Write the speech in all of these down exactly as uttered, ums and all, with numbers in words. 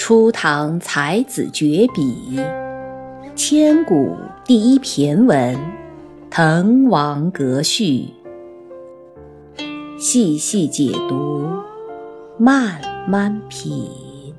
初唐才子绝笔，千古第一骈文《滕王阁序》，细细解读，慢慢品。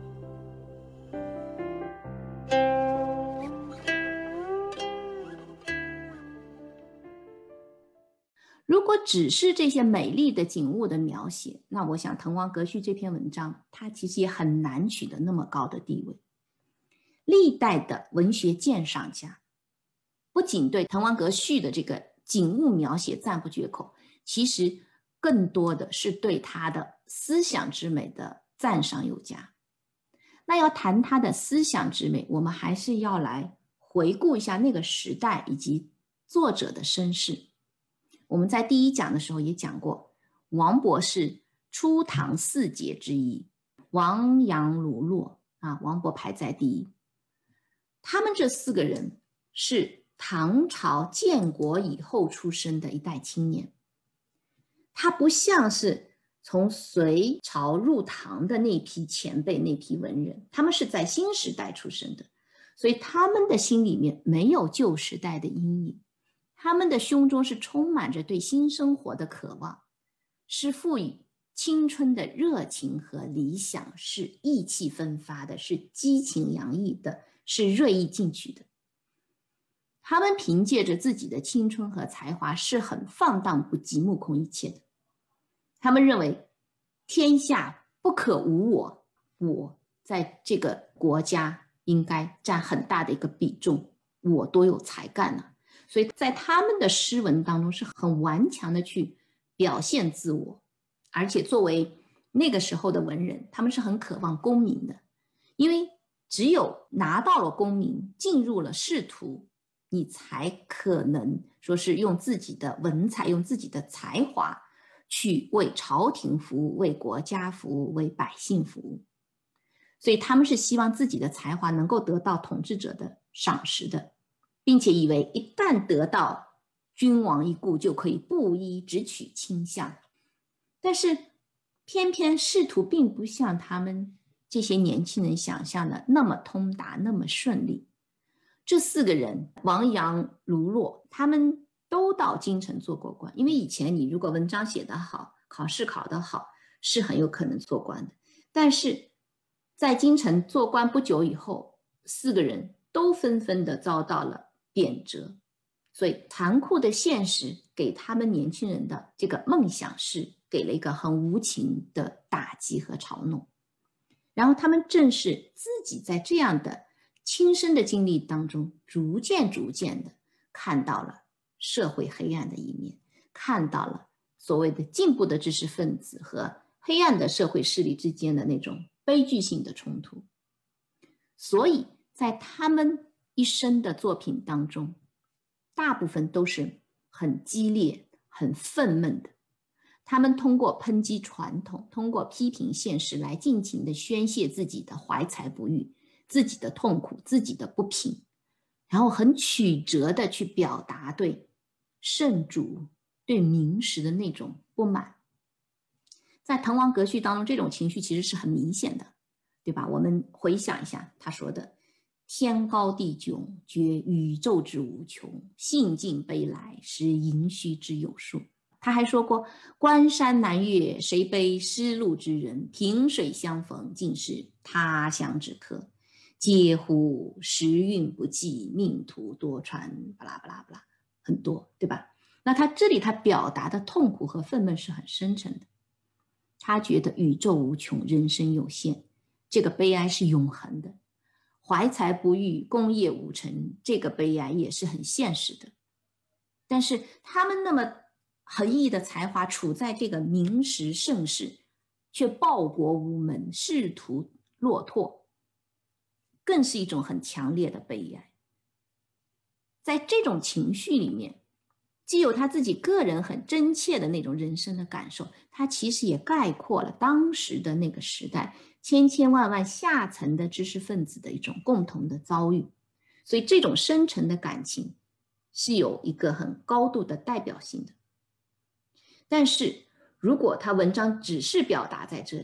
如果只是这些美丽的景物的描写，那我想《滕王阁序》这篇文章它其实也很难取得那么高的地位。历代的文学鉴赏家不仅对《滕王阁序》的这个景物描写赞不绝口，其实更多的是对他的思想之美的赞赏有加。那要谈他的思想之美，我们还是要来回顾一下那个时代以及作者的身世。我们在第一讲的时候也讲过，王勃是初唐四杰之一，王杨卢骆啊，王勃排在第一。他们这四个人是唐朝建国以后出生的一代青年，他不像是从隋朝入唐的那批前辈那批文人，他们是在新时代出生的，所以他们的心里面没有旧时代的阴影，他们的胸中是充满着对新生活的渴望，是赋予青春的热情和理想，是意气风发的，是激情洋溢的，是锐意进取的。他们凭借着自己的青春和才华是很放荡不羁、目空一切的。他们认为天下不可无我，我在这个国家应该占很大的一个比重，我多有才干啊！所以在他们的诗文当中是很顽强的去表现自我，而且作为那个时候的文人，他们是很渴望功名的，因为只有拿到了功名，进入了仕途，你才可能说是用自己的文采，用自己的才华去为朝廷服务，为国家服务，为百姓服务。所以他们是希望自己的才华能够得到统治者的赏识的，并且以为一旦得到君王一顾，就可以布衣直取卿相。但是偏偏仕途并不像他们这些年轻人想象的那么通达，那么顺利。这四个人，王杨卢骆，他们都到京城做过官，因为以前你如果文章写得好，考试考得好，是很有可能做官的。但是在京城做官不久以后，四个人都纷纷的遭到了贬谪，所以残酷的现实给他们年轻人的这个梦想是给了一个很无情的打击和嘲弄。然后他们正是自己在这样的亲身的经历当中，逐渐逐渐的看到了社会黑暗的一面，看到了所谓的进步的知识分子和黑暗的社会势力之间的那种悲剧性的冲突。所以在他们一生的作品当中，大部分都是很激烈、很愤懑的。他们通过抨击传统，通过批评现实来尽情的宣泄自己的怀才不遇，自己的痛苦，自己的不平，然后很曲折的去表达对圣主、对名实的那种不满。在《滕王阁序》当中，这种情绪其实是很明显的，对吧？我们回想一下他说的，天高地迥，觉宇宙之无穷，兴尽悲来，识盈虚之有数。他还说过，关山难越，谁悲失路之人？萍水相逢，尽是他乡之客。嗟乎时运不济，命途多舛，巴拉巴拉巴拉，很多，对吧？那他这里他表达的痛苦和愤懑是很深沉的。他觉得宇宙无穷，人生有限，这个悲哀是永恒的。怀才不遇，功业无成，这个悲哀也是很现实的。但是他们那么横溢的才华处在这个名实盛世，却报国无门，仕途落拓，更是一种很强烈的悲哀。在这种情绪里面，既有他自己个人很真切的那种人生的感受，他其实也概括了当时的那个时代千千万万下层的知识分子的一种共同的遭遇。所以这种深沉的感情是有一个很高度的代表性的。但是如果他文章只是表达在这里，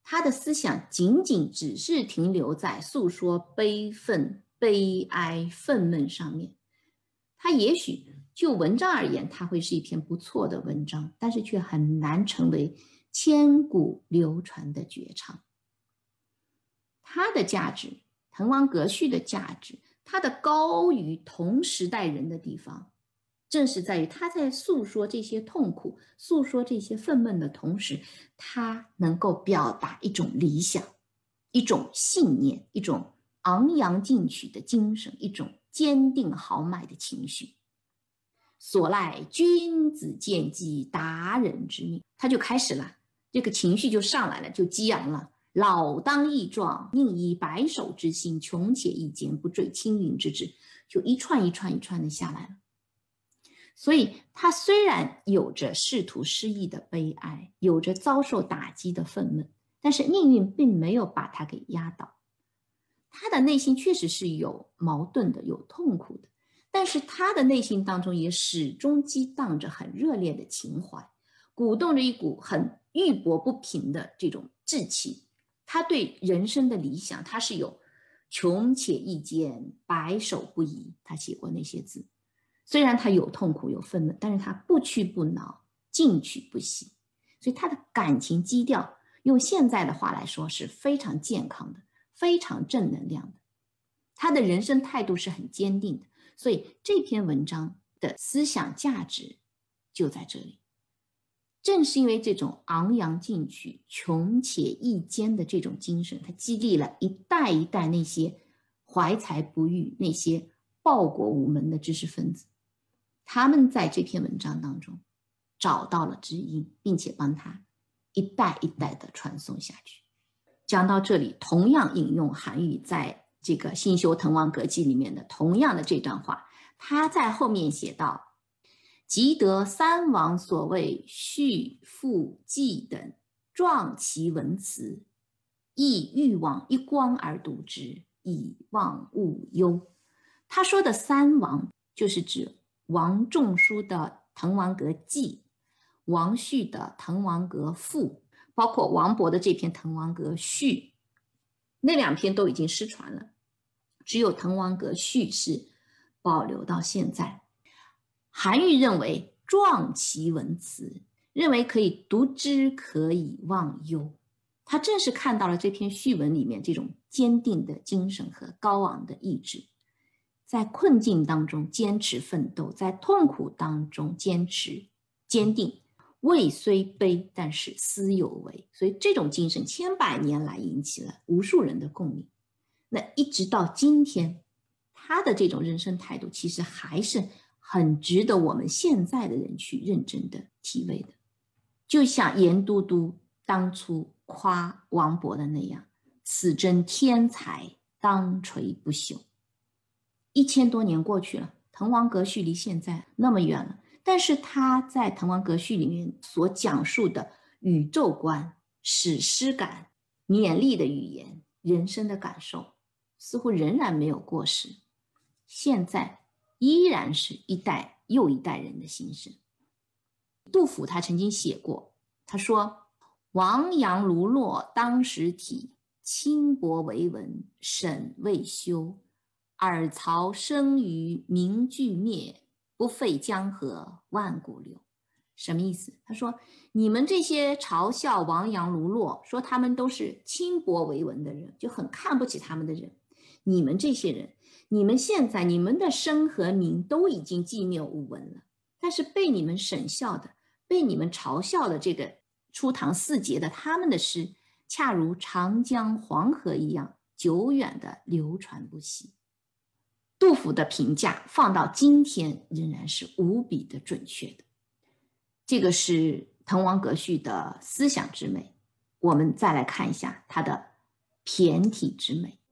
他的思想仅仅只是停留在诉说悲愤、悲哀、愤懑上面。他也许就文章而言，它会是一篇不错的文章，但是却很难成为千古流传的绝唱。他的价值，滕王阁序的价值，他的高于同时代人的地方，正是在于他在诉说这些痛苦、诉说这些愤懑的同时，他能够表达一种理想、一种信念、一种昂扬进取的精神、一种坚定豪迈的情绪。所赖君子见机，达人之命，他就开始了，这个情绪就上来了，就激昂了。老当益壮，宁以白首之心，穷且益坚，不坠青云之志，就一串一串一串的下来了。所以他虽然有着仕途失意的悲哀，有着遭受打击的愤懑，但是命运并没有把他给压倒。他的内心确实是有矛盾的，有痛苦的，但是他的内心当中也始终激荡着很热烈的情怀，鼓动着一股很欲搏不平的这种志气。他对人生的理想，他是有穷且益坚，白首不移，他写过那些字。虽然他有痛苦有愤懑，但是他不屈不挠，进取不息，所以他的感情基调用现在的话来说是非常健康的，非常正能量的。他的人生态度是很坚定的，所以这篇文章的思想价值就在这里。正是因为这种昂扬进取、穷且益坚的这种精神，它激励了一代一代那些怀才不遇、那些报国无门的知识分子。他们在这篇文章当中找到了知音，并且帮他一代一代的传送下去。讲到这里，同样引用韩愈在这个《新修滕王阁记》里面的同样的这段话，他在后面写道：即得三王所谓序、赋、记等壮其文辞，亦欲往一光而读之，以忘勿忧。他说的三王就是指王仲舒的《滕王阁记》，王旭的《滕王阁赋》，包括王勃的这篇《滕王阁序》，那两篇都已经失传了，只有《滕王阁序》是保留到现在。韩愈认为壮其文辞，认为可以读之，可以忘忧。他正是看到了这篇序文里面这种坚定的精神和高昂的意志，在困境当中坚持奋斗，在痛苦当中坚持坚定，位虽悲，但是思有为。所以这种精神千百年来引起了无数人的共鸣。那一直到今天，他的这种人生态度其实还是很值得我们现在的人去认真的体味的。就像严都督当初夸王勃的那样，此真天才，当垂不朽。一千多年过去了，滕王阁序离现在那么远了，但是他在滕王阁序里面所讲述的宇宙观、史诗感、勉励的语言、人生的感受，似乎仍然没有过时，现在依然是一代又一代人的心声。杜甫他曾经写过，他说：王阳卢洛当时体，轻薄为文沈未休。尔曹生于名俱灭，不废江河万古流。什么意思？他说你们这些嘲笑王阳卢洛，说他们都是轻薄为文的人，就很看不起他们的人，你们这些人，你们现在你们的声和名都已经寂灭无闻了，但是被你们审笑的，被你们嘲笑的这个初唐四杰的他们的诗，恰如长江黄河一样久远的流传不息。杜甫的评价放到今天仍然是无比的准确的。这个是滕王阁序的思想之美，我们再来看一下它的骈体之美。